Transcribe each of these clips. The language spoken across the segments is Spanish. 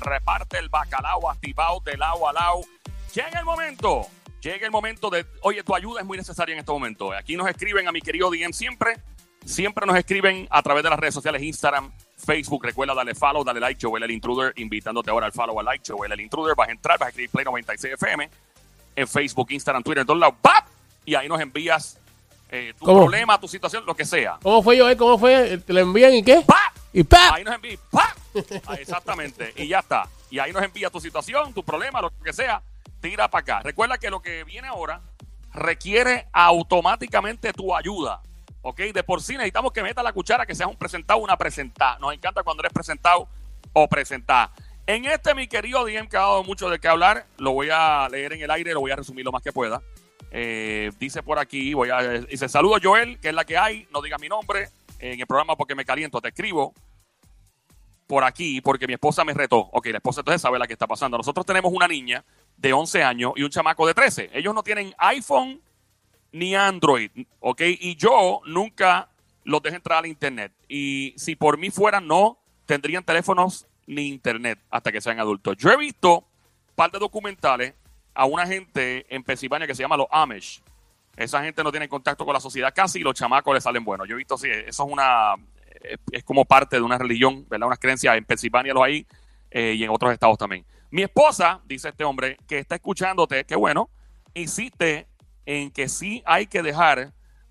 reparte el bacalao activado de lado a lado. Llega el momento de, oye, tu ayuda es muy necesaria en este momento. Aquí nos escriben a mi querido DM siempre nos escriben a través de las redes sociales, Instagram, Facebook. Recuerda darle follow, darle like, Joel el Intruder, invitándote ahora al follow, al like, Joel el Intruder. Vas a entrar, vas a escribir Play 96 FM en Facebook, Instagram, Twitter, en todos lados. ¡Bap! Y ahí nos envías tu problema, tu situación, lo que sea. ¿Cómo fue, Joel? ¿Cómo fue? ¿Te lo envían y qué? ¡Pap! Y ¡pap! Ahí nos envías, ¡pap! Exactamente, y ya está. Y ahí nos envía tu situación, tu problema, lo que sea. Tira para acá. Recuerda que lo que viene ahora requiere automáticamente tu ayuda. ¿Ok? De por sí necesitamos que metas la cuchara, que seas un presentado o una presentada. Nos encanta cuando eres presentado o presentada. En mi querido DM, que ha dado mucho de qué hablar, lo voy a leer en el aire, lo voy a resumir lo más que pueda. Dice por aquí, dice, saludo Joel, que es la que hay, no digas mi nombre en el programa porque me caliento, te escribo por aquí porque mi esposa me retó. Ok, la esposa entonces sabe la que está pasando. Nosotros tenemos una niña de 11 años y un chamaco de 13. Ellos no tienen iPhone ni Android, ¿ok? Y yo nunca los dejé entrar al internet. Y si por mí fuera, no tendrían teléfonos ni internet hasta que sean adultos. Yo he visto un par de documentales a una gente en Pensilvania que se llama los Amish. Esa gente no tiene contacto con la sociedad casi y los chamacos les salen buenos. Yo he visto, sí, eso es como parte de una religión, ¿verdad? Unas creencias. En Pensilvania los hay y en otros estados también. Mi esposa, dice este hombre, que está escuchándote, que bueno, insiste en que sí hay que dejar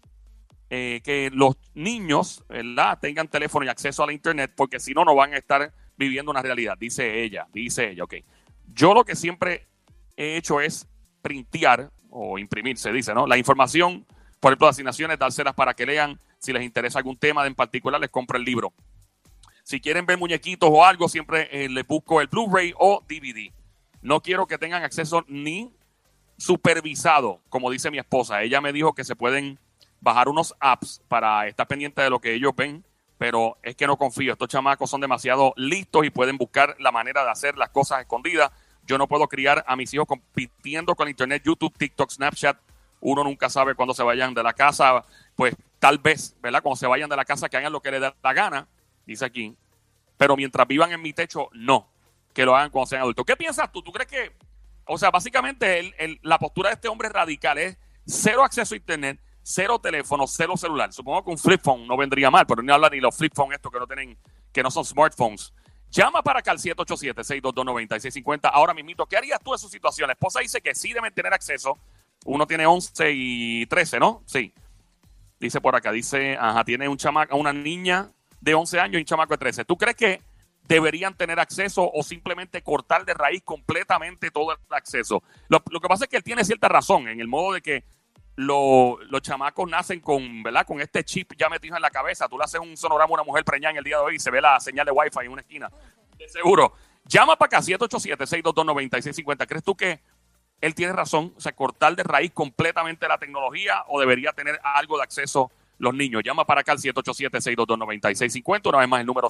que los niños, ¿verdad?, tengan teléfono y acceso a la internet, porque si no, no van a estar viviendo una realidad, dice ella, ok. Yo lo que siempre he hecho es printear o imprimir, se dice, ¿no? La información, por ejemplo, de asignaciones, dárselas para que lean. Si les interesa algún tema en particular, les compro el libro. Si quieren ver muñequitos o algo, siempre les busco el Blu-ray o DVD. No quiero que tengan acceso ni supervisado, como dice mi esposa. Ella me dijo que se pueden bajar unos apps para estar pendiente de lo que ellos ven, pero es que no confío. Estos chamacos son demasiado listos y pueden buscar la manera de hacer las cosas escondidas. Yo no puedo criar a mis hijos compitiendo con internet, YouTube, TikTok, Snapchat. Uno nunca sabe cuándo se vayan de la casa. Pues tal vez, ¿verdad? Cuando se vayan de la casa, que hagan lo que les dé la gana, dice aquí. Pero mientras vivan en mi techo, no. Que lo hagan cuando sean adultos. ¿Qué piensas tú? ¿Tú crees que, o sea, básicamente la postura de este hombre radical es cero acceso a internet, cero teléfono, cero celular? Supongo que un flip phone no vendría mal, pero ni habla ni los flip phones estos que no son smartphones. Llama para acá al 787-622-9650. Ahora mismito, ¿qué harías tú en su situación? La esposa dice que sí deben tener acceso. Uno tiene 11 y 13, ¿no? Sí. Dice por acá, tiene una niña de 11 años y un chamaco de 13. ¿Tú crees que deberían tener acceso o simplemente cortar de raíz completamente todo el acceso? Lo que pasa es que él tiene cierta razón en el modo de que los chamacos nacen ¿verdad?, con este chip ya metido en la cabeza. Tú le haces un sonograma a una mujer preñada en el día de hoy y se ve la señal de Wi-Fi en una esquina. De seguro. Llama para acá, 787-622-9650. ¿Crees tú que él tiene razón? O sea, cortar de raíz completamente la tecnología, o debería tener algo de acceso los niños. Llama para acá al 787-622-9650. Una vez más el número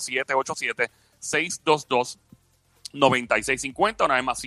787-622-9650. Una vez más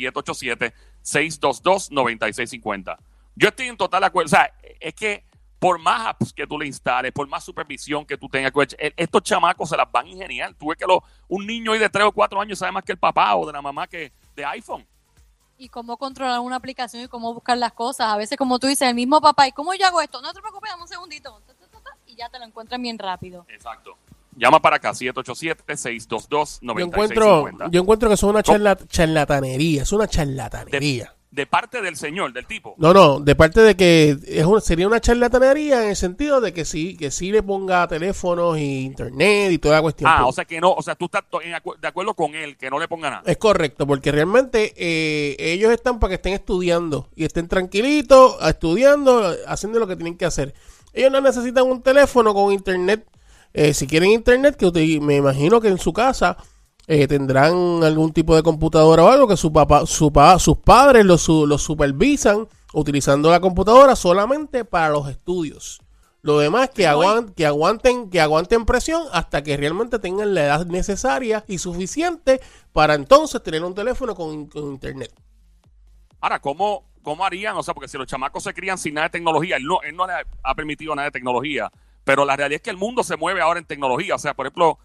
787-622-9650. Yo estoy en total acuerdo. O sea, es que por más apps que tú le instales, por más supervisión que tú tengas, estos chamacos se las van a ingeniar. Tú ves que un niño hoy de 3 o 4 años sabe más que el papá o de la mamá que de iPhone. Y cómo controlar una aplicación y cómo buscar las cosas. A veces, como tú dices, el mismo papá, ¿y cómo yo hago esto? No te preocupes, dame un segundito. Y ya te lo encuentran bien rápido. Exacto. Llama para acá, 787-622-9650. Yo encuentro que eso es una charlatanería. Es una charlatanería. De parte del señor, del tipo. No, de parte de que sería una charlatanería en el sentido de que sí le ponga teléfonos y internet y toda la cuestión. O sea que no, o sea, tú estás de acuerdo con él, que no le ponga nada. Es correcto, porque realmente ellos están para que estén estudiando y estén tranquilitos, estudiando, haciendo lo que tienen que hacer. Ellos no necesitan un teléfono con internet. Si quieren internet, me imagino que en su casa tendrán algún tipo de computadora o algo que sus padres los supervisan utilizando la computadora solamente para los estudios. Lo demás que aguanten presión hasta que realmente tengan la edad necesaria y suficiente para entonces tener un teléfono con internet. Ahora, ¿cómo harían? O sea, porque si los chamacos se crían sin nada de tecnología, él no le ha permitido nada de tecnología, pero la realidad es que el mundo se mueve ahora en tecnología. O sea, por ejemplo,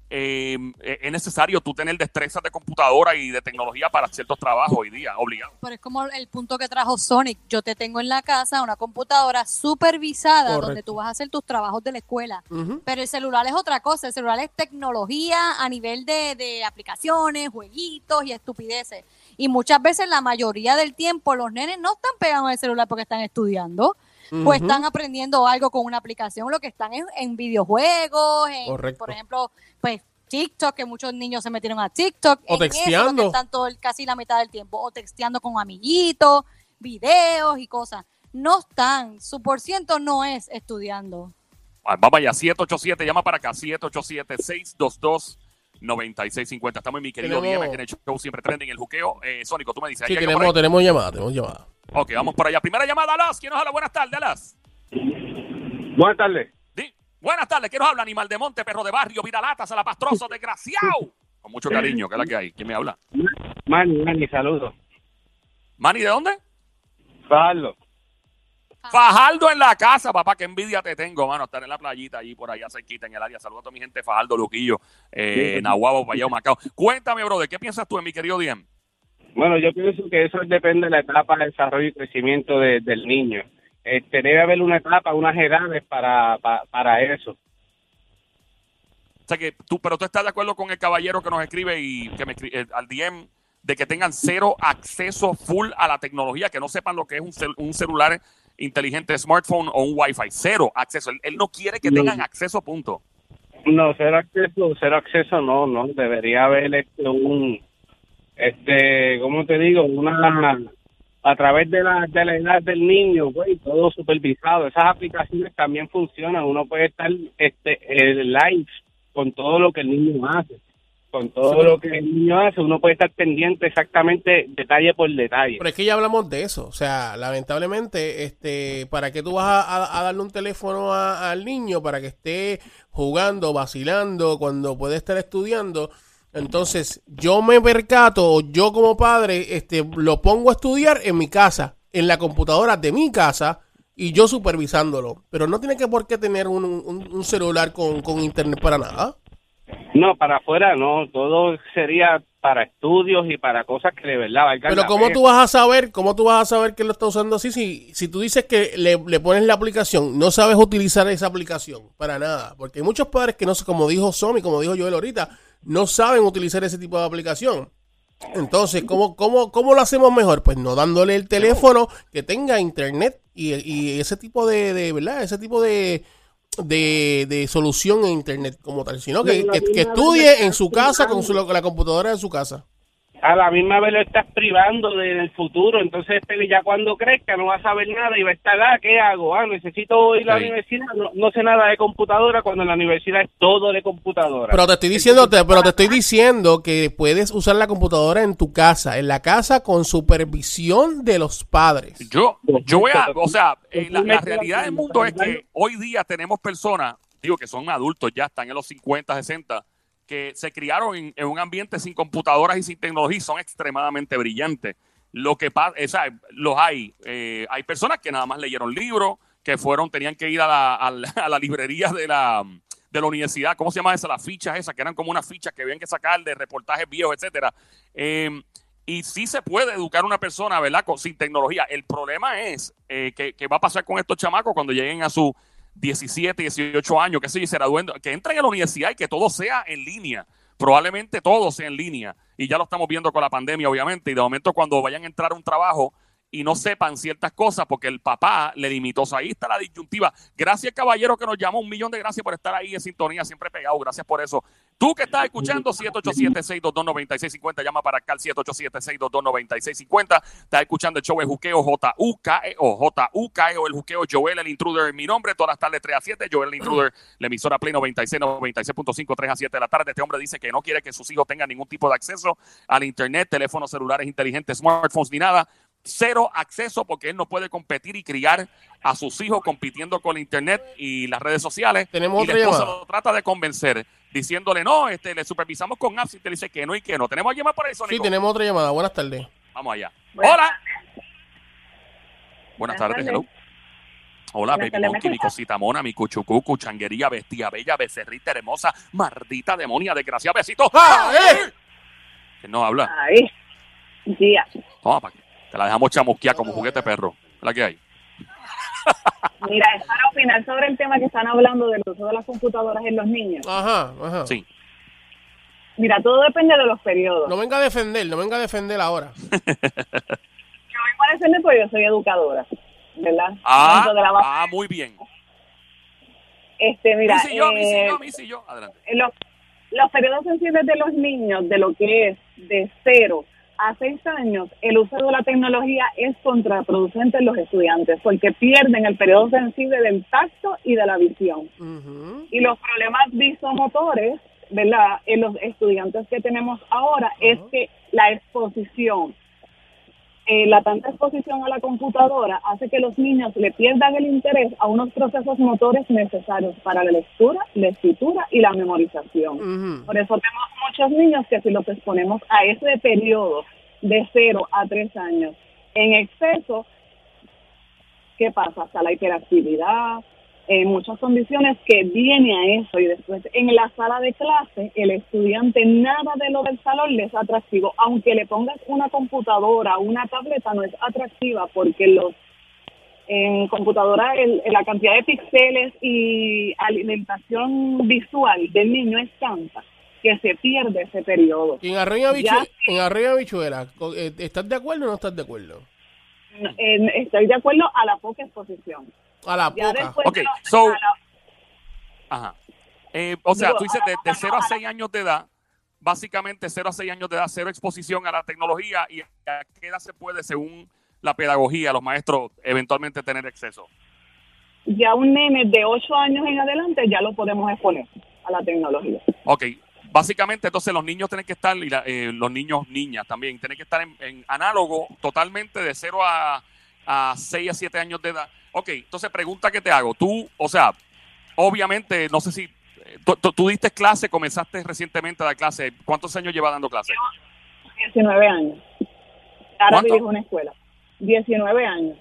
es necesario tú tener destrezas de computadora y de tecnología para ciertos trabajos hoy día, obligado. Pero es como el punto que trajo Sonic. Yo te tengo en la casa una computadora supervisada. Correcto. Donde tú vas a hacer tus trabajos de la escuela. Ujú. Pero el celular es otra cosa. El celular es tecnología a nivel de aplicaciones, jueguitos y estupideces. Y muchas veces, la mayoría del tiempo, los nenes no están pegados al celular porque están estudiando. Pues están aprendiendo algo con una aplicación, lo que están en videojuegos, Correcto. por ejemplo, pues TikTok, que muchos niños se metieron a TikTok. O en eso texteando. es lo que están casi la mitad del tiempo, o texteando con amiguitos, videos y cosas. No están, su por ciento no es estudiando. Vamos allá, 787, llama para acá, 787-622-9650. Estamos en mi querido Tenemos- DM, aquí en el show siempre trending, el juqueo. Sónico, tú me dices. Sí, ¿hay alguien por ahí? tenemos llamada, Ok, vamos por allá. Primera llamada, Alas. ¿Quién nos habla? Buenas tardes, Alas. Buenas tardes. Buenas tardes. ¿Quién nos habla? Animal de monte, perro de barrio, viralata, salapastroso, desgraciado. Con mucho cariño, ¿qué es la que hay? ¿Quién me habla? Manny, saludos. Manny, ¿de dónde? Fajardo. Fajardo en la casa, papá, qué envidia te tengo, mano, estar en la playita allí por allá cerquita en el área. Saludos a toda mi gente, Fajardo, Luquillo, Nahuabo, Payao, Macao. Cuéntame, brother, ¿qué piensas tú en mi querido Diem? Bueno, yo pienso que eso depende de la etapa de desarrollo y crecimiento del niño. Debe haber una etapa, unas edades para eso. O sea que pero tú estás de acuerdo con el caballero que nos escribe y que me escribe al DM de que tengan cero acceso full a la tecnología, que no sepan lo que es un celular inteligente, smartphone o un wifi. Cero acceso. Él no quiere que tengan acceso, punto. No, cero acceso, no. Debería haber ¿cómo te digo? A través de la edad del niño, güey, todo supervisado. Esas aplicaciones también funcionan. Uno puede estar live con todo lo que el niño hace. Con todo lo que el niño hace, uno puede estar pendiente exactamente detalle por detalle. Pero es que ya hablamos de eso. O sea, lamentablemente, ¿para qué tú vas a darle un teléfono al niño para que esté jugando, vacilando, cuando puede estar estudiando? Entonces, yo me percato, yo como padre, lo pongo a estudiar en mi casa, en la computadora de mi casa, y yo supervisándolo. Pero no tiene que por qué tener un celular con internet para nada. No, para afuera no, todo sería para estudios y para cosas que de verdad valgan Pero la ¿cómo pena. tú vas a saber que lo está usando así? Si tú dices que le pones la aplicación, no sabes utilizar esa aplicación para nada. Porque hay muchos padres que no sé, como dijo Somi, como dijo Joel ahorita, no saben utilizar ese tipo de aplicación. Entonces, ¿cómo lo hacemos mejor? Pues no dándole el teléfono que tenga internet y ese tipo de ¿verdad? Ese tipo de solución en internet como tal, sino que estudie en su casa con la computadora de su casa. A la misma vez lo estás privando del futuro, entonces ya cuando crezca no va a saber nada y va a estar, ¿qué hago? Necesito ir a la universidad, no sé nada de computadora, cuando en la universidad es todo de computadora. Pero te estoy diciendo que puedes usar la computadora en tu casa, en la casa con supervisión de los padres. Yo voy a, o sea, la realidad del mundo es que hoy día tenemos personas, digo que son adultos, ya están en los 50, 60, que se criaron en un ambiente sin computadoras y sin tecnología y son extremadamente brillantes. Lo que pasa, los hay. Hay personas que nada más leyeron libros, que tenían que ir a la librería de la universidad. ¿Cómo se llama esa? Las fichas esas, que eran como unas fichas que habían que sacar de reportajes viejos, etcétera. Y sí se puede educar a una persona, ¿verdad? Sin tecnología. El problema es que va a pasar con estos chamacos cuando lleguen a su 17, 18 años, que se gradúen, que entren a la universidad y que todo sea en línea. Probablemente todo sea en línea. Y ya lo estamos viendo con la pandemia, obviamente. Y de momento cuando vayan a entrar a un trabajo y no sepan ciertas cosas porque el papá le limitó. O sea, ahí está la disyuntiva. Gracias, caballero, que nos llamó. 1,000,000 de gracias por estar ahí en sintonía, siempre pegado. Gracias por eso. Tú que estás escuchando, 787-622-9650. Llama para acá al 787-622-9650. Estás escuchando el show El Juqueo, J-U-K-E-O, el Juqueo, Joel, el Intruder, mi nombre. Todas las tardes, 3 a 7. Joel, el Intruder, la emisora Play 96.5, 3 a 7 de la tarde. Este hombre dice que no quiere que sus hijos tengan ningún tipo de acceso al internet, teléfonos celulares inteligentes, smartphones, ni nada. Cero acceso porque él no puede competir y criar a sus hijos compitiendo con el internet y las redes sociales. Tenemos y otra la esposa llamada. lo trata de convencer diciéndole no, le supervisamos con apps y te dice que no y que no. ¿Tenemos alguien más por eso, Sí, Nico? tenemos otra llamada. Buenas tardes. Vamos allá. Buenas Hola. Buenas tardes, hello. Hola, Buenas baby tardes, monkey, ¿me mi escuchas? cosita mona, mi cuchucucu, changuería, bestia bella, becerrita hermosa, maldita demonia, desgraciada, besito. ¡Ah, Que no habla. Ay, tía. Toma, pa' que te la dejamos chamusquear como juguete perro. ¿La que hay? Mira, es para opinar sobre el tema que están hablando del uso de las computadoras en los niños. Ajá, ajá. Sí. Mira, todo depende de los periodos. No venga a defender ahora. Yo vengo a defender porque yo soy educadora, ¿verdad? Dentro de la base. muy bien. Mira, Mi sí yo. Adelante. los periodos sensibles de los niños, de lo que es de 0 a 6 años, el uso de la tecnología es contraproducente en los estudiantes porque pierden el periodo sensible del tacto y de la visión. Ujú. Y los problemas visomotores, ¿verdad? En los estudiantes que tenemos ahora es que la exposición, la tanta exposición a la computadora hace que los niños le pierdan el interés a unos procesos motores necesarios para la lectura, la escritura y la memorización. Ujú. Por eso tenemos muchos niños que si los exponemos a ese periodo de 0 a 3 años en exceso, ¿qué pasa? Hasta la hiperactividad, en muchas condiciones que viene a eso, y después en la sala de clase el estudiante nada de lo del salón le es atractivo, aunque le pongas una computadora, una tableta no es atractiva porque en computadora la cantidad de píxeles y alimentación visual del niño es tanta que se pierde ese periodo. Y en Arroyo Habichuela, ¿estás de acuerdo o no estás de acuerdo? Estoy de acuerdo a la poca exposición. A la Ya poca. después Ok, Ajá. O sea, tú dices de 0 a 6 años de edad, básicamente 0 a 6 años de edad, cero exposición a la tecnología, y a qué edad se puede, según la pedagogía, los maestros, eventualmente tener acceso. Ya un nene de 8 años en adelante ya lo podemos exponer a la tecnología. Ok, básicamente entonces los niños tienen que estar, y los niños, niñas también, tienen que estar en análogo totalmente de 0 a 6 a 7 años de edad. Ok, entonces pregunta que te hago. Tú, o sea, obviamente, no sé si tú diste clase, comenzaste recientemente a dar clase. ¿Cuántos años llevas dando clase? 19 años. Ahora ¿Cuánto? dirijo una escuela. 19 años.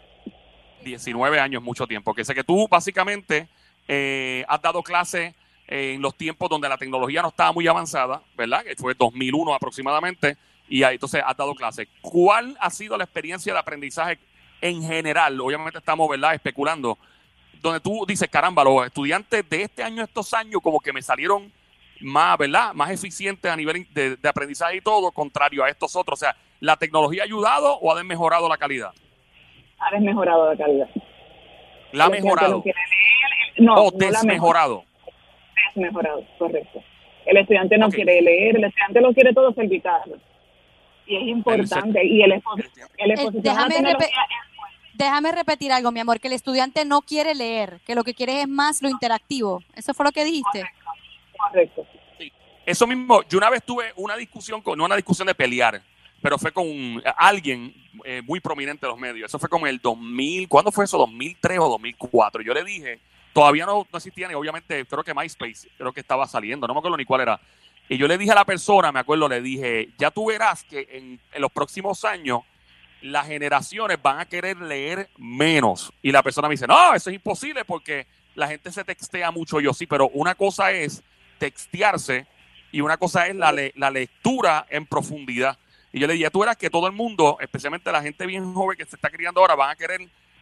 19 años, mucho tiempo. Que sé que tú básicamente has dado clase en los tiempos donde la tecnología no estaba muy avanzada, ¿verdad? Que fue 2001 aproximadamente, y ahí entonces has dado clase. ¿Cuál ha sido la experiencia de aprendizaje en general? Obviamente estamos, ¿verdad?, especulando, donde tú dices, caramba, los estudiantes de este año, estos años, como que me salieron más, ¿verdad?, más eficientes a nivel de aprendizaje y todo, contrario a estos otros. O sea, ¿la tecnología ha ayudado o ha desmejorado la calidad? Ha desmejorado la calidad. ¿La ha El estudiante mejorado? no quiere leer, no, ¿O no la ha desmejorado? desmejorado, correcto. El estudiante no Ok. quiere leer, el estudiante lo quiere todo certificado. Y es importante. Y el exposición a la tecnología Déjame repetir algo, mi amor, que el estudiante no quiere leer, que lo que quiere es más lo interactivo. ¿Eso fue lo que dijiste? es correcto. Sí. Eso mismo, yo una vez tuve una discusión, no una discusión de pelear, pero fue con alguien muy prominente en los medios. Eso fue como en el 2000, ¿cuándo fue eso? 2003 o 2004. Yo le dije, todavía no existía, ni obviamente, creo que MySpace, creo que estaba saliendo, no me acuerdo ni cuál era. Y yo le dije a la persona, me acuerdo, le dije, ya tú verás que en los próximos años las generaciones van a querer leer menos. Y la persona me dice, no, eso es imposible porque la gente se textea mucho. Yo sí, pero una cosa es textearse y una cosa es la lectura en profundidad. Y yo le dije, tú verás que todo el mundo, especialmente la gente bien joven que se está criando ahora, van a querer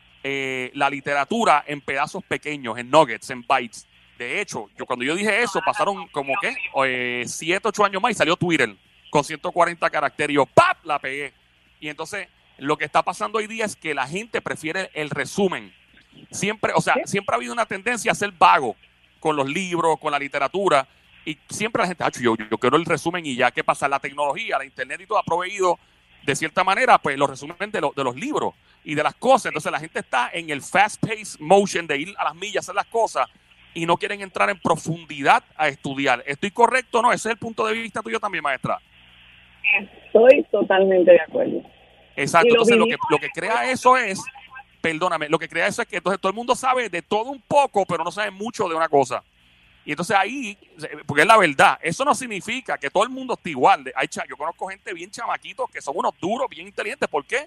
la literatura en pedazos pequeños, en nuggets, en bytes. De hecho, cuando yo dije eso, pasaron como que 7, 8 años más y salió Twitter con 140 caracteres. Y yo, ¡pap!, la pegué. Y entonces, lo que está pasando hoy día es que la gente prefiere el resumen. Siempre, o sea, siempre ha habido una tendencia a ser vago con los libros, con la literatura. Y siempre la gente, yo quiero el resumen y ya. ¿Qué pasa? La tecnología, la internet y todo ha proveído, de cierta manera, pues los resúmenes de los libros y de las cosas. Entonces, la gente está en el fast-paced motion de ir a las millas a hacer las cosas y no quieren entrar en profundidad a estudiar. ¿Estoy correcto o no? Ese es el punto de vista tuyo también, maestra. Estoy totalmente de acuerdo. Exacto. Entonces, lo que crea eso es, perdóname, lo que crea eso es que entonces todo el mundo sabe de todo un poco, pero no sabe mucho de una cosa. Y entonces ahí, porque es la verdad, eso no significa que todo el mundo esté igual. Yo conozco gente bien chamaquitos que son unos duros, bien inteligentes. ¿Por qué?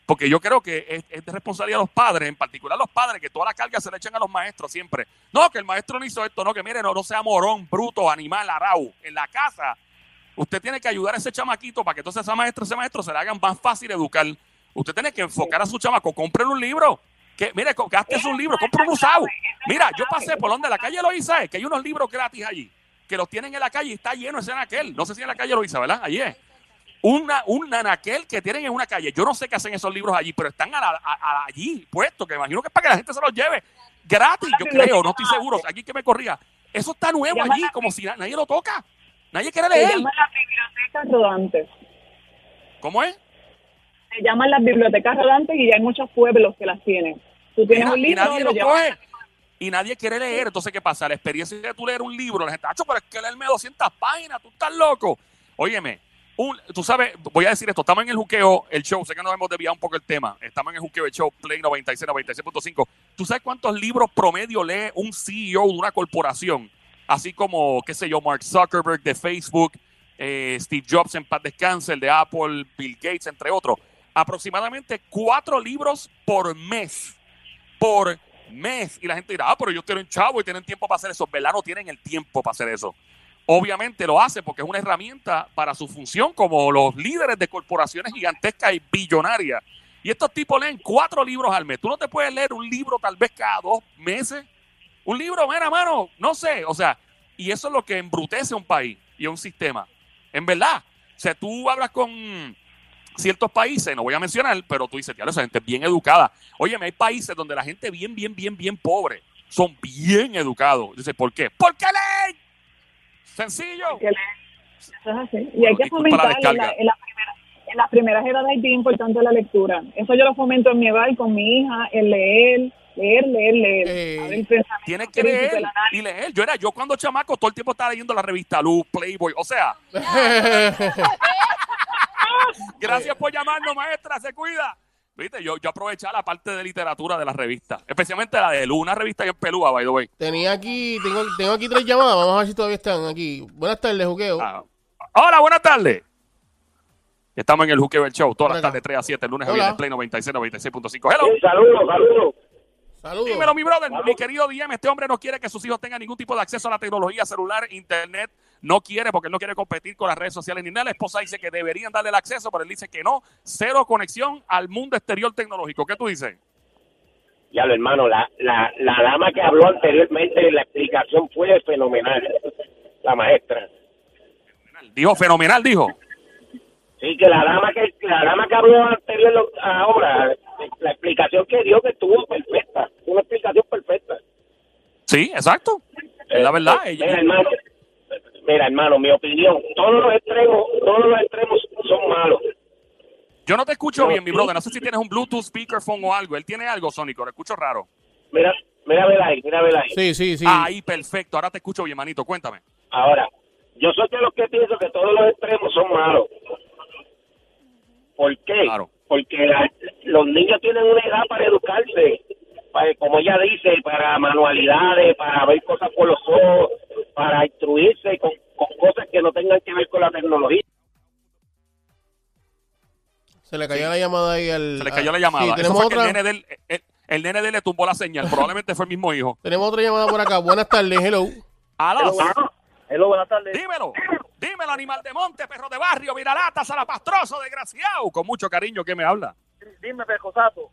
Porque yo creo que es de responsabilidad de los padres, en particular los padres, que toda la carga se le echan a los maestros siempre. No, que el maestro no hizo esto, no, que mire, no sea morón, bruto, animal, arau. En la casa, usted tiene que ayudar a ese chamaquito para que entonces ese maestro se le haga más fácil educar. Usted tiene que enfocar a su chamaco, cómprele un libro. Que, mire, gástese un libro, compre un usado. Mira, yo pasé por donde la calle Loíza, que hay unos libros gratis allí, que los tienen en la calle y está lleno ese anaquel. No sé si en la calle Loíza, ¿verdad? Allí es. Un anaquel que tienen en una calle. Yo no sé qué hacen esos libros allí, pero están allí puestos, que imagino que es para que la gente se los lleve gratis, yo creo, no estoy seguro. Aquí que me corría. Eso está nuevo allí, como si nadie lo toca. Nadie quiere leer. Se llaman las bibliotecas rodantes. ¿Cómo es? Se llaman las bibliotecas rodantes y ya hay muchos pueblos que las tienen. Tú tienes un libro y nadie lo llevas coge. Y nadie quiere leer. Entonces, ¿qué pasa? La experiencia de tú leer un libro, la gente, pero es que leerme 200 páginas, tú estás loco. Óyeme, tú sabes, voy a decir esto, estamos en el juqueo, el show, sé que nos hemos desviado un poco el tema, estamos en el juqueo, el show, Play 96, 96.5. ¿Tú sabes cuántos libros promedio lee un CEO de una corporación? Así como, qué sé yo, Mark Zuckerberg de Facebook, Steve Jobs en paz descanse, el de Apple, Bill Gates, entre otros. Aproximadamente 4 libros por mes. Por mes. Y la gente dirá, pero ellos tienen chavo y tienen tiempo para hacer eso. ¿Verdad? No tienen el tiempo para hacer eso. Obviamente lo hace porque es una herramienta para su función como los líderes de corporaciones gigantescas y billonarias. Y estos tipos leen 4 libros al mes. Tú no te puedes leer un libro tal vez cada 2 meses. Un libro, mira, mano, no sé. O sea, y eso es lo que embrutece a un país y a un sistema. En verdad. O sea, tú hablas con ciertos países, no voy a mencionar, pero tú dices, tío, esa gente es bien educada. Óyeme, hay países donde la gente bien pobre son bien educados. Dice, ¿por qué? ¡Porque leen! Sencillo. Eso es así. Y hay que fomentar en las primeras edades es bien importante la lectura. Eso yo lo fomento en mi hogar con mi hija, el leer. Tienes que leer y leer. Yo cuando chamaco todo el tiempo estaba leyendo la revista Luz, Playboy, o sea. Gracias por llamarnos, maestra, se cuida. Viste, yo aprovechaba la parte de literatura de la revista, especialmente la de Luz, una revista bien pelúa, by the way. Tengo aquí 3 llamadas, vamos a ver si todavía están aquí. Buenas tardes, Juqueo. Hola, buenas tardes. Estamos en el Juqueo del Show, todas las tardes 3 a 7, el lunes a viernes, Play 96, 96.5. Hello. Saludos. Dímelo, mi brother, mi querido DM, este hombre no quiere que sus hijos tengan ningún tipo de acceso a la tecnología, celular, internet, no quiere porque él no quiere competir con las redes sociales ni nada. La esposa dice que deberían darle el acceso, pero él dice que no, 0 conexión al mundo exterior tecnológico. ¿Qué tú dices? Ya lo hermano, la dama que habló anteriormente, la explicación fue fenomenal, la maestra. Dijo fenomenal, dijo. Sí, que la dama que habló anterior ahora, la explicación que dio que estuvo perfecta, una explicación perfecta. Sí, exacto. Es la verdad. Mira, hermano, mi opinión, todos los extremos son malos. Yo no te escucho bien, mi brother. No sé si tienes un Bluetooth, speakerphone o algo. Él tiene algo, Sónico. Lo escucho raro. Mira, ahí. Sí. Ahí, perfecto. Ahora te escucho bien, manito. Cuéntame. Ahora, yo soy de los que pienso que todos los extremos son malos. ¿Por qué? Claro. Porque los niños tienen una edad para educarse, como ella dice, para manualidades, para ver cosas por los ojos, para instruirse con cosas que no tengan que ver con la tecnología. Se le cayó la llamada ahí al... Se le cayó la llamada. Sí, Eso tenemos fue otra... que el nene de él le tumbó la señal. Probablemente fue el mismo hijo. Tenemos otra llamada por acá. Buenas tardes, hello. Hello, buenas tardes. Dímelo, animal de monte, perro de barrio, viralata, salapastroso, desgraciado. Con mucho cariño, ¿qué me habla? Dime, Pecosato.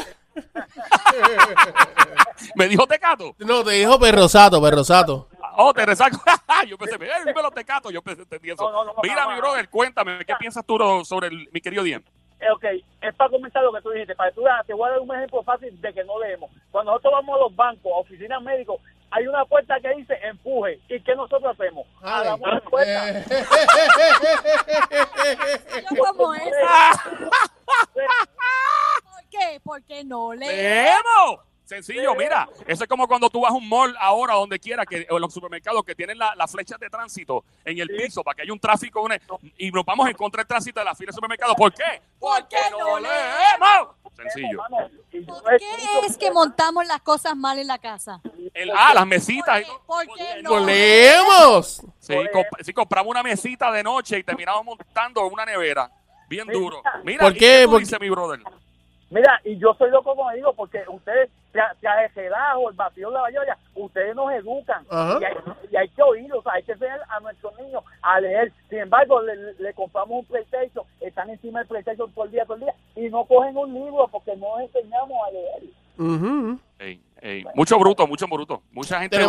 ¿Me dijo Tecato? No, te dijo Perrosato. Oh, te resaco. Yo pensé, dímelo Tecato. Yo pensé, entendí eso. No, mira, mi brother, cuéntame, ¿qué piensas tú sobre mi querido Diem? Ok, es para comentar lo que tú dijiste. Para que tú veas, te voy a dar un ejemplo fácil de que no leemos. Cuando nosotros vamos a los bancos, a oficinas médicas, hay una puerta que dice empuje. ¿Y qué nosotros hacemos? Hagamos la puerta. Yo como esa. ¿Por qué? Porque no ¡Leemos! Sencillo, mira, eso es como cuando tú vas a un mall ahora, donde quiera, o en los supermercados que tienen las flechas de tránsito en el piso para que haya un tráfico y nos vamos en contra del tránsito de la fila de supermercado. ¿Por qué? Porque no leemos. Sencillo. ¿Por qué es que montamos las mal en la casa? Las mesitas. Porque ¡No leemos! Sí, compramos una mesita de noche y terminamos montando una nevera. Bien duro. Mira, ¿por qué? ¿Qué dice mi brother? Mira, y yo soy loco como digo, porque ustedes, se relajo, el vacío de la mayoría, ustedes nos educan y hay que oírlo, o sea, hay que enseñar a nuestros niños a leer. Sin embargo, le compramos un PlayStation, están encima del PlayStation todo el día y no cogen un libro porque no les enseñamos a leer. Mucho bruto. Mucha gente...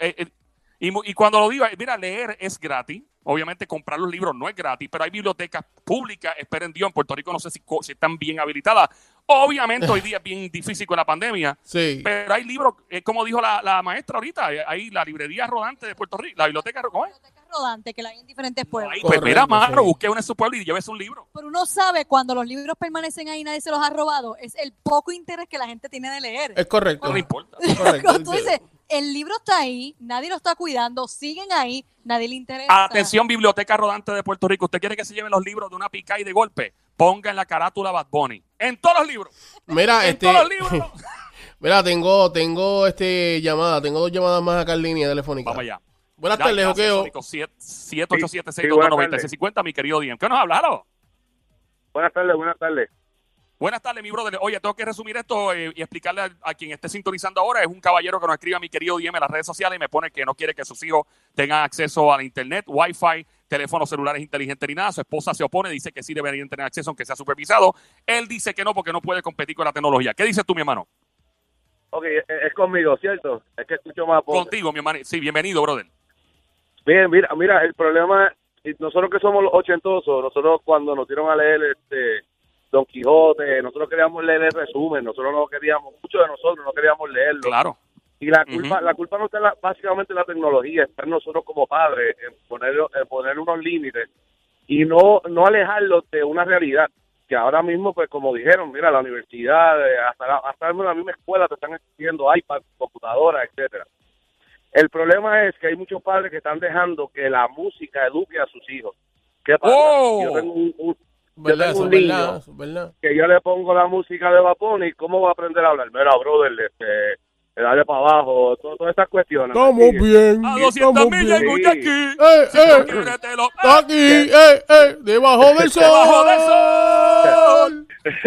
Y cuando lo digo, mira, leer es gratis. Obviamente comprar los libros no es gratis, pero hay bibliotecas públicas, esperen Dios, en Puerto Rico no sé si están bien habilitadas. Obviamente hoy día es bien difícil con la pandemia, sí. Pero hay libros, como dijo la maestra ahorita, hay la librería rodante de Puerto Rico, la biblioteca, ¿cómo es? La biblioteca rodante, que la hay en diferentes pueblos. Ahí, pues mira, mano, busque uno en su pueblo y llévese un libro. Pero uno sabe cuando los libros permanecen ahí y nadie se los ha robado, es el poco interés que la gente tiene de leer. Es correcto. No le importa. Correcto. Tú dices, el libro está ahí, nadie lo está cuidando, siguen ahí, nadie le interesa. Atención, biblioteca rodante de Puerto Rico. ¿Usted quiere que se lleven los libros de una pica y de golpe? Ponga en la carátula Bad Bunny. En todos los libros. Mira, en todos los libros. Mira, tengo llamada, tengo 2 llamadas más acá en línea telefónica. Vamos allá. Buenas tardes, Joqueo. 787-622-9650, mi querido Diem. ¿Qué nos hablaron? Buenas tardes. Buenas tardes, mi brother. Oye, tengo que resumir esto y explicarle a quien esté sintonizando ahora. Es un caballero que nos escribe a mi querido Diem en las redes sociales y me pone que no quiere que sus hijos tengan acceso a la internet, wifi, teléfonos celulares inteligentes ni nada. Su esposa se opone, dice que sí deberían tener acceso aunque sea supervisado. Él dice que no porque no puede competir con la tecnología. ¿Qué dices tú, mi hermano? Ok, es conmigo, ¿cierto? Es que escucho más voces. Contigo, mi hermano. Sí, bienvenido, brother. Bien, mira, el problema, nosotros que somos los ochentosos, nosotros cuando nos dieron a leer Don Quijote, nosotros queríamos leer el resumen, nosotros no queríamos, muchos de nosotros no queríamos leerlo. Claro. Y la culpa no está básicamente en la tecnología, está en nosotros como padres, en poner unos límites y no alejarlos de una realidad. Que ahora mismo, pues como dijeron, mira, la universidad, hasta en la misma escuela te están exigiendo iPad, computadoras, etcétera. El problema es que hay muchos padres que están dejando que la música eduque a sus hijos. ¿Qué pasa? Yo tengo un niño que yo le pongo la música de Bad Bunny, ¿y cómo va a aprender a hablar? Mira, brother, dale para abajo, todas estas cuestiones. Estamos bien. A 200 millas y aquí. Aquí, debajo del sol. Debajo del sol.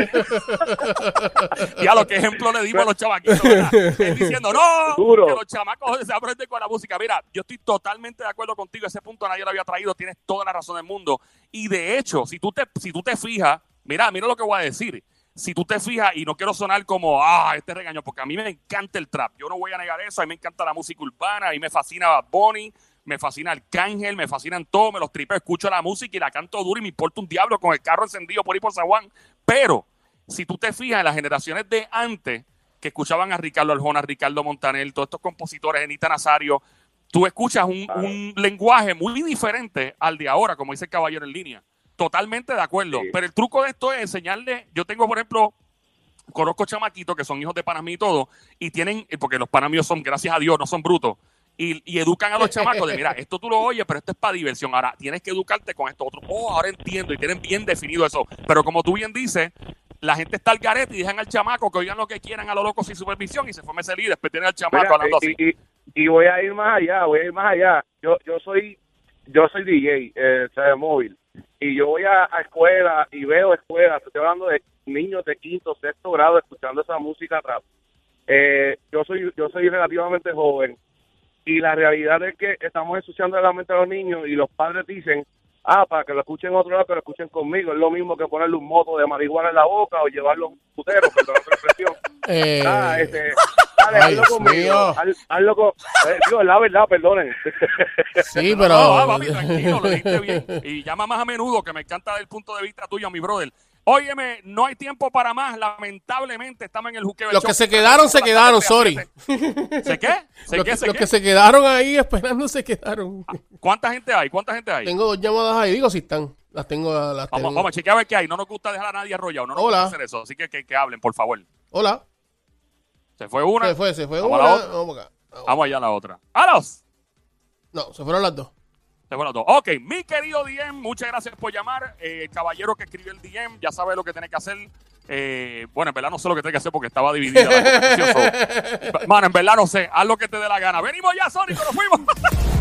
Ya lo que ejemplo le dimos a los chamaquitos, ¿verdad? Él diciendo, no, Duro. que los chamacos se aprenden con la música. Mira, yo estoy totalmente de acuerdo contigo. Ese punto nadie lo había traído. Tienes toda la razón del mundo. Y de hecho, si tú te fijas, mira lo que voy a decir. Si tú te fijas, y no quiero sonar como, este regaño, porque a mí me encanta el trap. Yo no voy a negar eso. A mí me encanta la música urbana. A mí me fascina Bad Bunny. Me fascina Arcángel, me fascinan todos, me los tripeo, escucho la música y la canto duro y me importa un diablo con el carro encendido por ahí por San Juan. Pero, si tú te fijas en las generaciones de antes, que escuchaban a Ricardo Arjona, a Ricardo Montaner, todos estos compositores, Anita Nazario, tú escuchas un lenguaje muy diferente al de ahora, como dice el caballero en línea. Totalmente de acuerdo. Sí. Pero el truco de esto es enseñarle, yo tengo, por ejemplo, conozco chamaquitos que son hijos de panas míos y todo, y tienen, porque los panas míos son, gracias a Dios, no son brutos, y educan a los chamacos de, mira, esto tú lo oyes, pero esto es para diversión. Ahora, tienes que educarte con esto otro. Ahora entiendo, y tienen bien definido eso. Pero como tú bien dices, la gente está al garete y dejan al chamaco que oigan lo que quieran a lo loco sin supervisión y se forma ese líder, después tienen al chamaco hablando así. Y voy a ir más allá, Yo soy DJ, de móvil, y yo voy a escuela y veo escuelas, estoy hablando de niños de 5º, 6º grado escuchando esa música rap. Yo soy relativamente joven, y la realidad es que estamos ensuciando la mente a los niños y los padres dicen, para que lo escuchen otro lado, que lo escuchen conmigo. Es lo mismo que ponerle un moto de marihuana en la boca o llevarlo a un putero, perdón la expresión. Hazlo conmigo. Hazlo con... Digo, la verdad, perdonen. Sí, pero... No, papi, tranquilo, lo dijiste bien. Y llama más a menudo, que me encanta el punto de vista tuyo, mi brother. Óyeme, no hay tiempo para más. Lamentablemente estamos en el juqueo. Los que se quedaron, sorry. ¿Se qué? Los que se quedaron ahí esperando se quedaron. ¿Cuánta gente hay? Tengo 2 llamadas ahí, digo si están. Las tengo. Vamos a chequear a ver qué hay. No nos gusta dejar a nadie arrollado. No nos gusta hacer eso. Así que hablen, por favor. Hola. Se fue una. Se fue vamos una. Vamos acá. Vamos allá a la otra. ¡Alos! No, se fueron las 2. Ok, mi querido DM, muchas gracias por llamar. El caballero que escribió el DM ya sabe lo que tiene que hacer. Bueno, en verdad no sé lo que tiene que hacer porque estaba dividida la conversación. Mano, en verdad no sé. Haz lo que te dé la gana. Venimos ya, Sónico, nos fuimos.